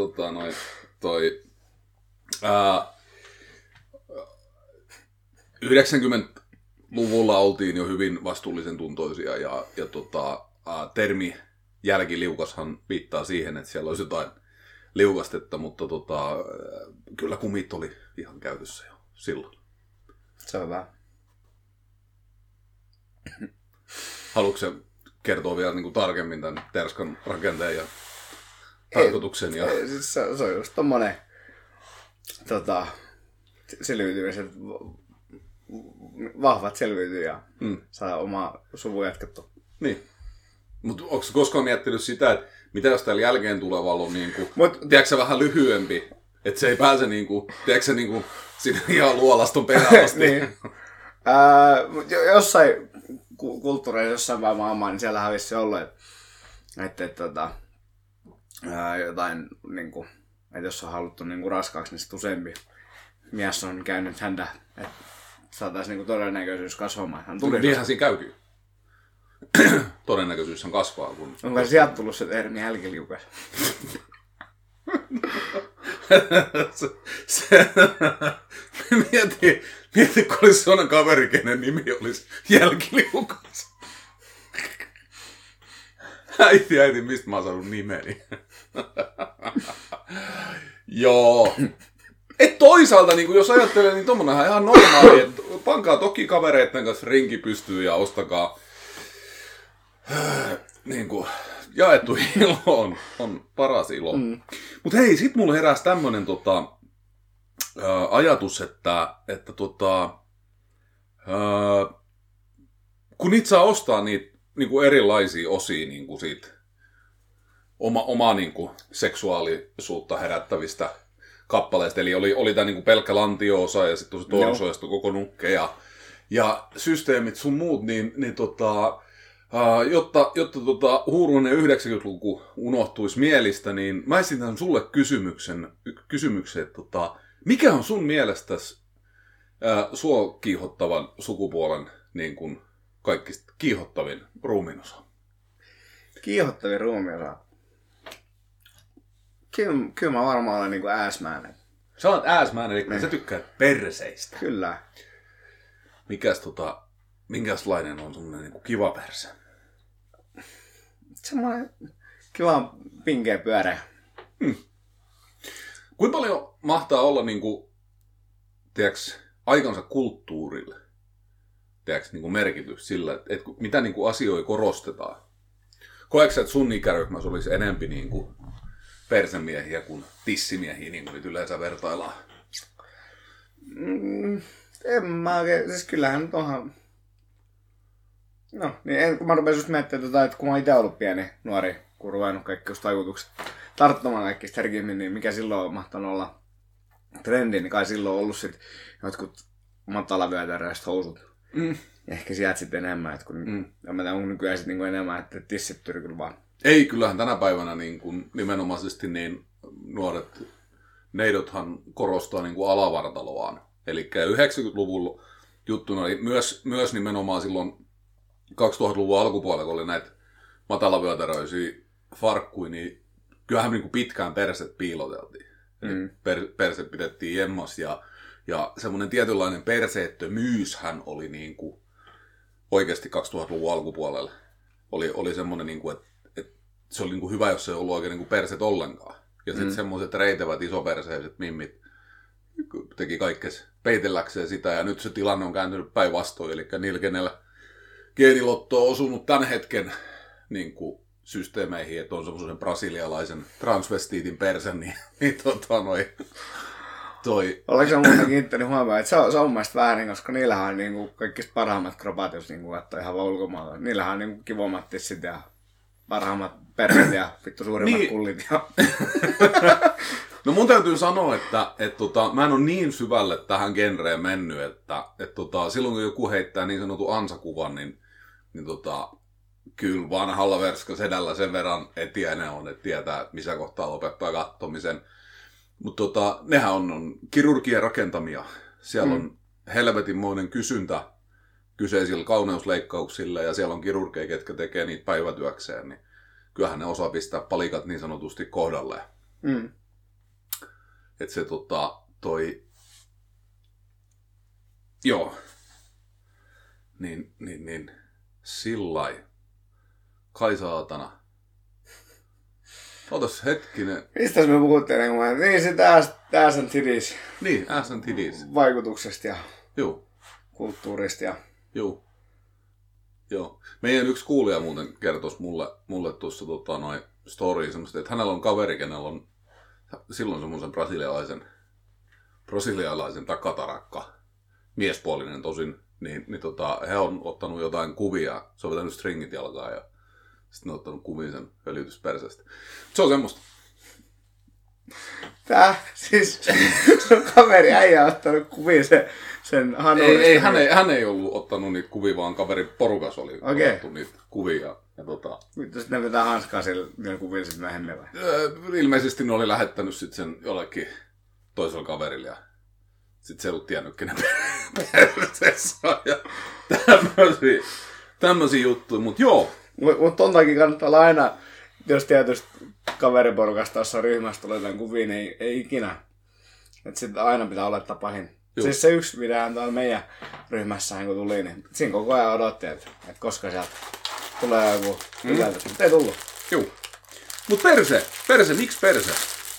S1: 90-luvulla oltiin jo hyvin vastuullisen tuntoisia ja termi jälkiliukashan viittaa siihen, että siellä olisi jotain liukastetta, mutta kyllä kumit oli ihan käytössä jo silloin.
S2: Se on hyvä.
S1: Haluatko kertoa vielä niin kuin tarkemmin tämän terskan rakenteen ja tarkoituksen?
S2: Ei, siis se on just tommonen selviytymiset, vahvat selviytyy ja saa omaa suvun jatkettua.
S1: Niin. Mutta onko koskaan miettinyt sitä, että mitä jos täällä jälkeen tulevalla on tiedätkö vähän lyhyempi, että se ei pääse tiedätkö se sinne ihan luolaston perään asti?
S2: Niin. Jossain kulttuureissa, jossain päin maailmaa, niin siellä olisi ollut, että jotain, että jos on haluttu raskaaksi, niin sitten useampi mies on käynyt häntä, että saataisiin todennäköisyys kasvamaan.
S1: Niinhän siinä käykin. Todennäköisyyshän kasvaa.
S2: Onko sieltä tullut se termi jälkiliukas?
S1: Mieti, kun olisi sellainen kaveri, kenen nimi olisi jälkiliukas. Äiti, mistä mä oon saanut nimeni? Joo. Et toisaalta, niin jos ajattelee, niin tommonenhan ihan normaali, että pankaa toki kavereiden kanssa rinki pystyy ja ostakaa jaettu ilo on paras ilo. Mut hei, sit mulla heräsi tämmönen ajatus, että kun niitä saa ostaa niitä erilaisia osia siitä omaa seksuaalisuutta herättävistä kappaleista. Eli oli tämä pelkkä lantio-osa ja sitten se torso ja koko nukke ja systeemit sun muut, jotta huuruinen 90-luku unohtuisi mielistä, niin mä esitän sulle kysymyksen että mikä on sun mielestäsi sua kiihottavan sukupuolen kaikista kiihottavin ruumiinosa?
S2: Kiihottavin ruumiinosa? Kyllä mä varmaan olen niinku ass-man.
S1: Sä olet ass-man, eli sä tykkäät perseistä.
S2: Kyllä.
S1: Minkälainen on semmoinen niinku kiva perse?
S2: Semmoinen kiva pinkeä pyöreä.
S1: Kuinka paljon mahtaa olla niinku, aikansa kulttuurille niinku merkitys sillä, että mitä niinku asioita korostetaan? Koetko sä, että sun ikäryhmässä olisi enempi niinku persemiehiä kuin tissimiehiä, niin kuin nyt yleensä vertaillaan?
S2: En mä oikein, siis kyllähän nyt onhan... No, niin kun mä rupesin just miettimään, että kun mä oon itse ollut pieni, nuori, kun ruvennut kaikki just vaikutukset tarttumaan kaikista herkimmin, niin mikä silloin on mahtanut olla trendi, niin kai silloin on ollut sit jotkut matalavyötäröiset housut. Ehkä sieltä sitten enemmän, että kun en mä tiedä, onko nykyään sit niinku enemmän, että tissit kyllä vaan.
S1: Ei, kyllähän tänä päivänä niin kuin nimenomaisesti niin nuoret neidothan korostaa niin kuin alavartaloaan. Eli 90-luvun juttuna oli myös nimenomaan silloin 2000-luvun alkupuolella, kun oli näitä matalavyötäröisiä farkkuja, niin kyllähän niin kuin pitkään perset piiloteltiin. Perse pidettiin jemmas ja semmoinen tietynlainen perseettömyyshän oli niin kuin oikeasti 2000-luvun alkupuolella. Oli semmoinen, niin kuin, että se oli niin kuin hyvä, jos ei ollut oikein niin kuin perset ollenkaan. Ja sitten semmoiset reitevät isoperseiset mimmit teki kaikkes peitelläkseen sitä. Ja nyt se tilanne on kääntynyt päinvastoin. Eli niillä, kenellä geenilotto on osunut tämän hetken niin kuin systeemeihin, että on semmoisen brasilialaisen transvestiitin persen, niin
S2: Oletko sä muuten kiinnittänyt huomioon, että se on mun mielestä väärin, koska niillähän on niinku kaikista parhaimmat kropat, jos niinku katsoo ihan vaan ulkomailla. Niillähän on niinku kivommat tissit ja parhaimmat perset ja vittu suurimmat kullit. Ja...
S1: No mun täytyy sanoa, että mä en ole niin syvälle tähän genreen mennyt, että silloin kun joku heittää niin sanotun ansakuvan, niin kyllä vanhalla verskasedällä sen verran etiäinen on, että tietää, missä kohtaa lopettaa kattomisen. Mutta nehän on kirurgien rakentamia. Siellä on helvetinmoinen kysyntä kyseisillä kauneusleikkauksilla ja siellä on kirurgeja, ketkä tekee niitä päivätyökseen. Niin kyllähän ne osaa pistää palikat niin sanotusti kohdalleen. Että se Joo. Niin. Sillai. Kai saatana. Otas hetkinen.
S2: Mistäs me puhuttiin? Niin se ass and titties.
S1: Niin, ass and titties.
S2: Vaikutuksesta ja
S1: Joo.
S2: Kulttuurista ja...
S1: Joo. Meidän yksi kuulija muuten kertoisi mulle tuossa noin storyin semmoista, että hänellä on kaveri, kenellä on silloin semmoisen brasilialaisen takatarakka, miespuolinen tosin, niin he on ottanut jotain kuvia, se on vetänyt stringit jalkaan ja sitten ne on ottanut kuvia sen öljytyspersestä. Se on semmoista.
S2: Siis sun kaveri äijä on ottanut kuvia sen hanuudesta.
S1: Ei, hän ei ollut ottanut niitä kuvia, vaan kaverin porukas oli otettu niitä kuvia.
S2: Sitten ne vetää hanskaa sillä kuvilla sitten myöhemmin vai?
S1: Ilmeisesti ne oli lähettänyt sitten sen jollekin toisella kaverille ja sitten se ei ollut tiennyt, kenen perseessä ja tämmöisiä juttuja, mutta joo.
S2: Mutta ton takia kannattaa olla aina, jos tietysti kaveriporukasta tuossa ryhmässä tulee jotain kuvia, niin ei ikinä. Että sitten aina pitää olettaa pahin. Siis se yksi, mitä täällä meidän ryhmässähän kun tuli, niin siinä koko ajan odotti, että koska sieltä tulee joku ylältä. Mutta ei tullut.
S1: Joo. Mut perse, miksi perse?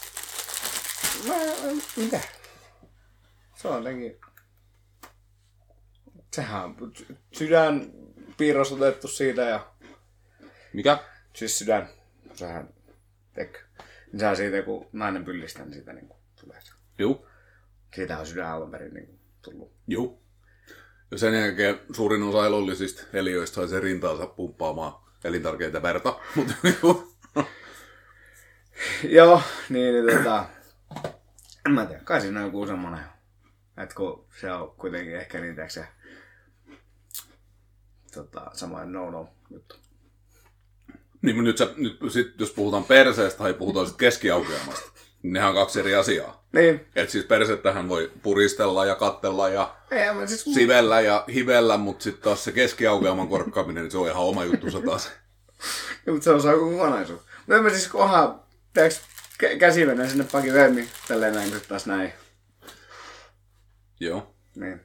S2: Mitä? Se on jotenkin... Sehän on sydänpiirros otettu siitä ja...
S1: Mikä?
S2: Siis sydän. Sehän tekee. Niin sehän siitä, kun nainen pyllistää, niin siitä niin tulee se.
S1: Joo.
S2: Siitä on sydän alun perin niin tullut.
S1: Joo. Ja sen jälkeen suurin osa elollisista eliöistä sai sen rintaansa pumppaamaan elintärkeitä verta.
S2: Joo, niin en mä tiedä, kai siinä on joku semmonen, että kun se on kuitenkin ehkä niitä se samoin no juttu.
S1: Niin, nyt sit, jos puhutaan perseestä tai puhutaan sit keskiaukeamasta, niin nehän on kaksi eri asiaa.
S2: Niin.
S1: Että siis persettähän voi puristella ja kattella ja
S2: siis...
S1: sivellä ja hivellä, mutta sitten taas se keskiaukeaman korkkaaminen, niin se on ihan oma juttusa taas.
S2: Mutta se on saa kokonaisuus. Mutta en mä siis kohan, teeks käsiveneen sinne pakin vemmin, tälleen näin, kun taas näin.
S1: Joo.
S2: Niin.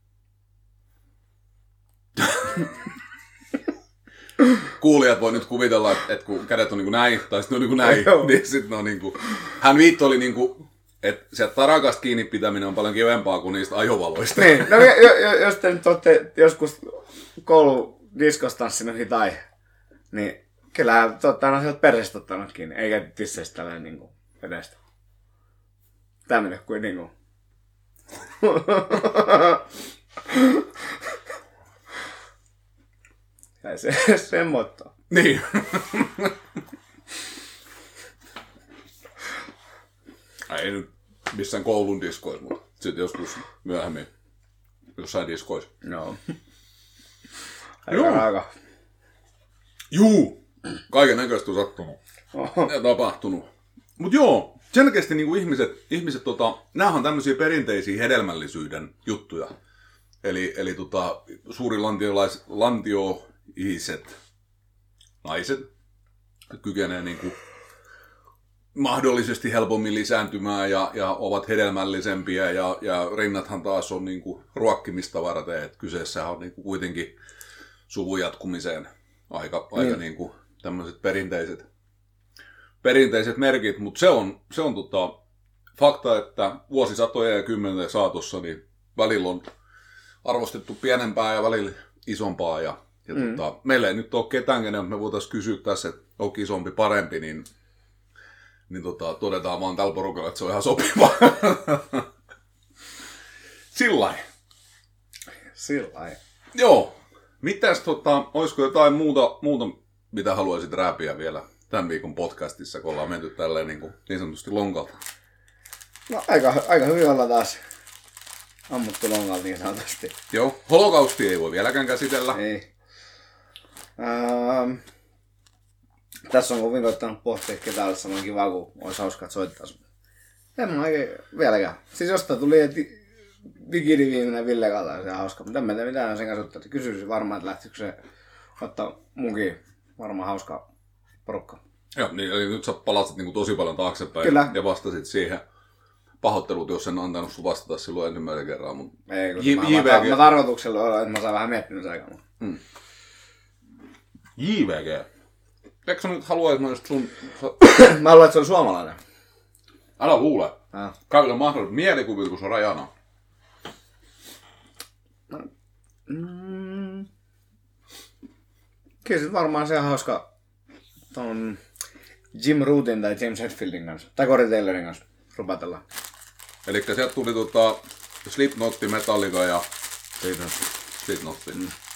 S1: Kuulijat voi nyt kuvitella, että kun kädet on niin kuin näin, tai sitten on niin kuin näin, niin sitten on niin kuin... Hän viitto oli niin kuin, että sieltä tarakasta kiinni pitäminen on paljon kivempaa kuin niistä ajovaloista.
S2: Niin, no jos te nyt olette joskus kouludiskossa tanssinut hitai, niin kyllähän te olette aina sieltä persestä ottanut kiinni, eikä tisseistä tälleen niin kuin vedestä. Tämmönen kuin niin kuin... Ja se motto.
S1: Niin. Ei nyt missään koulun diskoissa, mutta sitten joskus myöhemmin jossain diskoissa.
S2: No. Aika raaka.
S1: Juu! Kaiken näköistä on sattunut. Ja tapahtunut. Mutta joo, selkeästi niinku ihmiset näähän tämmöisiä perinteisiä hedelmällisyyden juttuja. Eli suuri lantioiset naiset kykenee niinku mahdollisesti helpommin lisääntymään ja ovat hedelmällisempiä ja rinnathan taas on niinku ruokkimista varten, että kyseessä on niinku kuitenkin suvun jatkumiseen aika niinku tämmöiset perinteiset merkit, mutta se on fakta, että vuosisatoja ja kymmenen saatossa niin välillä on arvostettu pienempää ja välillä isompaa ja meillä ei nyt ole ketään, kenen me voitaisiin kysyä tässä, että onko isompi parempi, niin todetaan vaan tällä porukalla, että se on ihan sopiva. Sillain. Joo. Mitäs olisiko jotain muuta, mitä haluaisit rääpiä vielä tämän viikon podcastissa, kun ollaan menty tälleen niin sanotusti lonkalta?
S2: No aika hyvin ollaan taas ammuttu lonkalta niin sanotusti.
S1: Joo. Holokaustia ei voi vieläkään käsitellä.
S2: Ei. Tässä on kovin koittanut pohtia, että ketä olisi saman kiva, kun olisi hauskaa soittaa sun. En mä oikein vieläkään. Siis jostain tuli viiminen Ville Kataisen ja hauska, mutta en mä tiedä mitään sen kanssa ottaa. Kysyisin varmaan, että lähtikö se ottaa munkin varmaan hauska porukka.
S1: Joo, niin eli nyt sä palasit niin tosi paljon taaksepäin.
S2: Kyllä.
S1: Ja vastasit siihen. Pahoittelut, jos en antanut sun vastata silloin ensimmäisen kerran. Mutta
S2: ei, kun mä tarkoituksella olen, että mä saan vähän miettinyt aikaa.
S1: JVG. Eikö sä nyt halua, että sun...
S2: Mä haluan, että se on suomalainen.
S1: Älä luule. Kaikilla mahdollisesti mielikuvia, kun se on rajana.
S2: Kyllä se varmaan se on hauska ton Jim Rootin tai James Hetfieldin kanssa. Tai Corey Taylorin kanssa rupatella.
S1: Elikkä sieltä tuli Slipknotti, Metallica ja Slipknotti.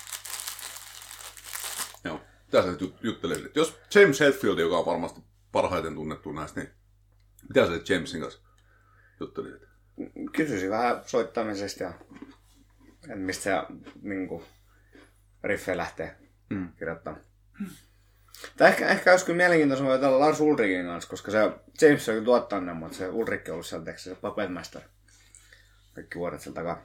S1: Joo. Mitä sä nyt juttelisit? Jos James Hetfield, joka on varmasti parhaiten tunnettu näistä, niin mitä sä Jamesin kanssa juttelisit?
S2: Kysyisin vähän soittamisesta ja mistä se niinku riffejä lähtee kirjoittamaan. Tai ehkä olisi kyllä mielenkiintoista voi olla Lars Ulrikin kanssa, koska se James on kyllä tuottanut ne, mutta se Ulrikki on ollut sieltä se Puppet Master. Kaikki vuodet sieltä takaa.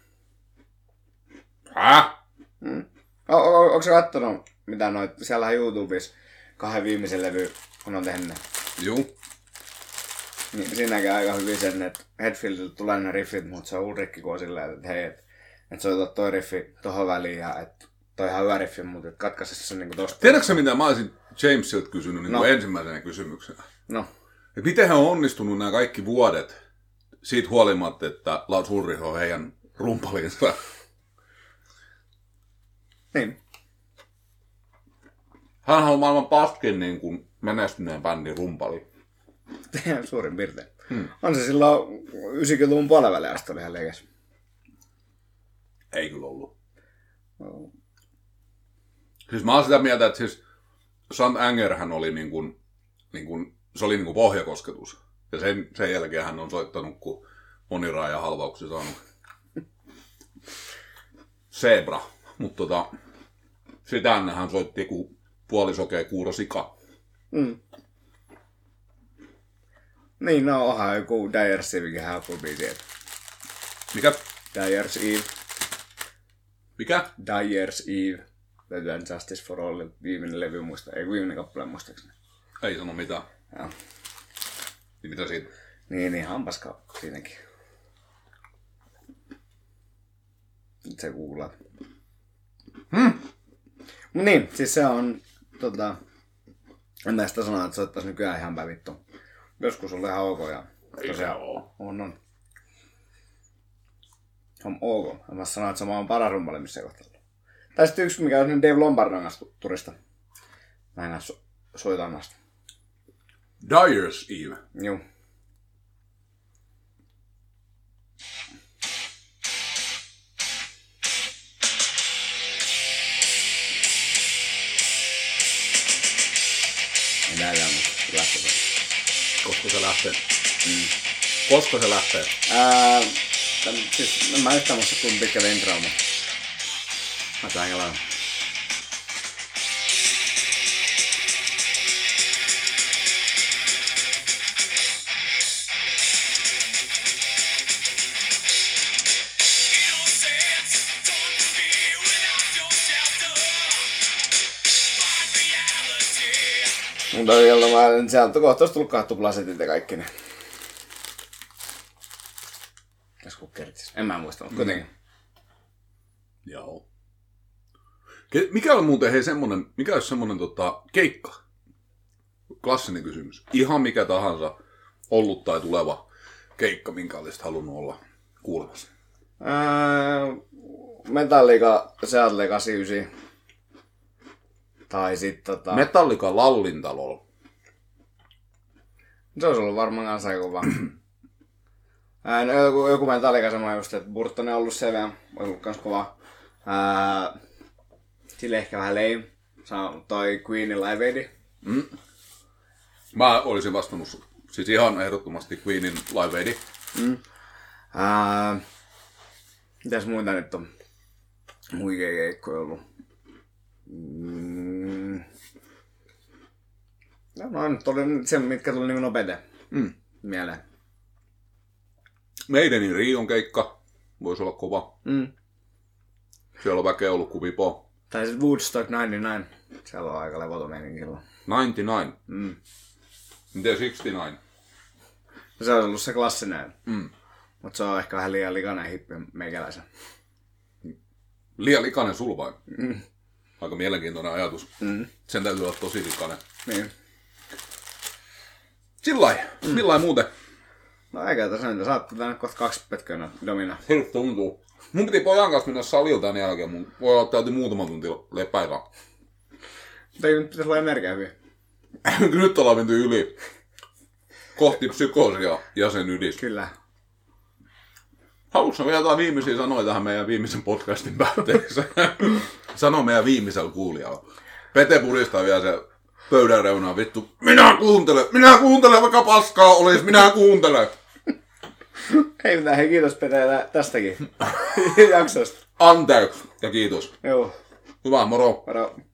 S1: Häh?
S2: Onko se kattonut mitä noit, siellähän YouTubessa 2 viimeisen levy kun on tehnyt ne?
S1: Juu.
S2: Niin siinäkin aika hyvin sen, että Hetfieldiltä tulee ne riffit, mutta se on Ulrikki kun on silleen, että hei, että soitat toi riffi tohon väliin ja että toi ihan hyvä riffi, mutta et katkaise se niinku tosta.
S1: Tiedätkö sä mitä mä olisin Jamesilta kysynyt niin ensimmäisenä kysymyksenä?
S2: No.
S1: Et miten hän on onnistunut nämä kaikki vuodet siitä huolimatta, että Lars Ulrich on heidän rumpalinsa?
S2: Niin.
S1: Hän on maailman paskin niin kuin menestyneen bändin rumpali.
S2: Suurin piirtein. On se silloin 90-luvun puolella asti oli ihan leikeä.
S1: Ei kyllä ollut. No. Siis mä oon sitä mieltä, että siis Sant Angerhän oli niin kuin, se oli niin kuin pohjakosketus. Ja sen jälkeen hän on soittanut, kun moniraaja halvauksia saanut. Zebra. Mutta sitä ennen hän soitti puolisokea kuurosika.
S2: Niin, no onhan joku Dyers Eve, mikä on biisi.
S1: Mikä?
S2: Dyers Eve.
S1: Mikä?
S2: Dyers Eve. Löytyy Justice for All, viimeinen levy muista. Ei viimeinen kappale muistaakseni.
S1: Ei sano mitään.
S2: Joo.
S1: Niin mitä siitä?
S2: Niin, hampaskauppa siinäkin. Nyt se kuulee. Niin, siis se on en näistä sanoa, että soittaisi nykyään ihan pävittu. Joskus on ihan ok ja tosiaan on. On ok. Mä sanoin, että sama on paras rumpali, missä ei kohta ollut. Tai sitten yksi, mikä on Dave Lombardon turista. Mä enää soitan näistä.
S1: Dyers Eve.
S2: Joo. Ei näillä on lähtö.
S1: Koska se lähtee? Koska se lähtee?
S2: Siis mä en yhtään muista kuin pitkä intro, mutta mä tämän kelaan. Mutta sieltä on kohta tullut kahtu plasetit ja kaikki ne. Joskus kertis. En mä muista, mutta kuitenkin.
S1: Joo. Mikä on muuten semmonen, mikä olisi semmonen keikka? Klassinen kysymys. Ihan mikä tahansa ollut tai tuleva keikka, minkä olisit halunnut olla kuulemassa.
S2: Metallica Seattle 89. Tai sit
S1: Metallica Lallintalolla.
S2: Se olisi ollut varmaan kanssa aika kova. Joku Metallica semmoinen just, että Burton on ollut se on ollut kans kova. Sille ehkä vähän lame. Toi Queenin Live Aid.
S1: Mä olisin vastannut siis ihan ehdottomasti Queenin Live Aid.
S2: Mitäs muita nyt on? Muikia keikkoja ollut. No nyt oli se, mitkä tuli niin nopeiten mieleen.
S1: Maidenin Rion keikka voisi olla kova. Siellä on väkeä ollut kuin vipo.
S2: Tai sitten Woodstock 99. Siellä on aika levoton meininkiä.
S1: 99? Miten 69?
S2: Se on ollut se klassinen. Mutta se on ehkä vähän liian likainen hippi meikäläisen.
S1: Liian likainen sul vai? Aika mielenkiintoinen ajatus. Sen täytyy olla tosi likainen.
S2: Niin.
S1: Sillain. Millain muuten?
S2: No eikä tässä niitä. Saattaa tänne kohta 2 pötköä domina.
S1: Siltä tuntuu. Mun piti pojan kanssa mennä salilta tämän jälkeen. Mun voi olla täytyy muutama tunti lepäillä.
S2: Mutta ei nyt pitäisi olla energiaa hyvin.
S1: Nyt ollaan menty yli. Kohti psykoosia ja sen ydis.
S2: Kyllä.
S1: Haluatko vielä jotain viimeisiä sanoja tähän meidän viimeisen podcastin päätteeksi? Sano meidän viimeisellä kuulijalla. Pete puristaa vielä se pöydän reunaan, vittu. Minä kuuntelen, vaikka paskaa olis, minä kuuntelen.
S2: Hei mitään, hei kiitos Pete tästäkin jaksosta.
S1: Anteeksi ja kiitos.
S2: Joo.
S1: Hyvä, moro.
S2: Moro.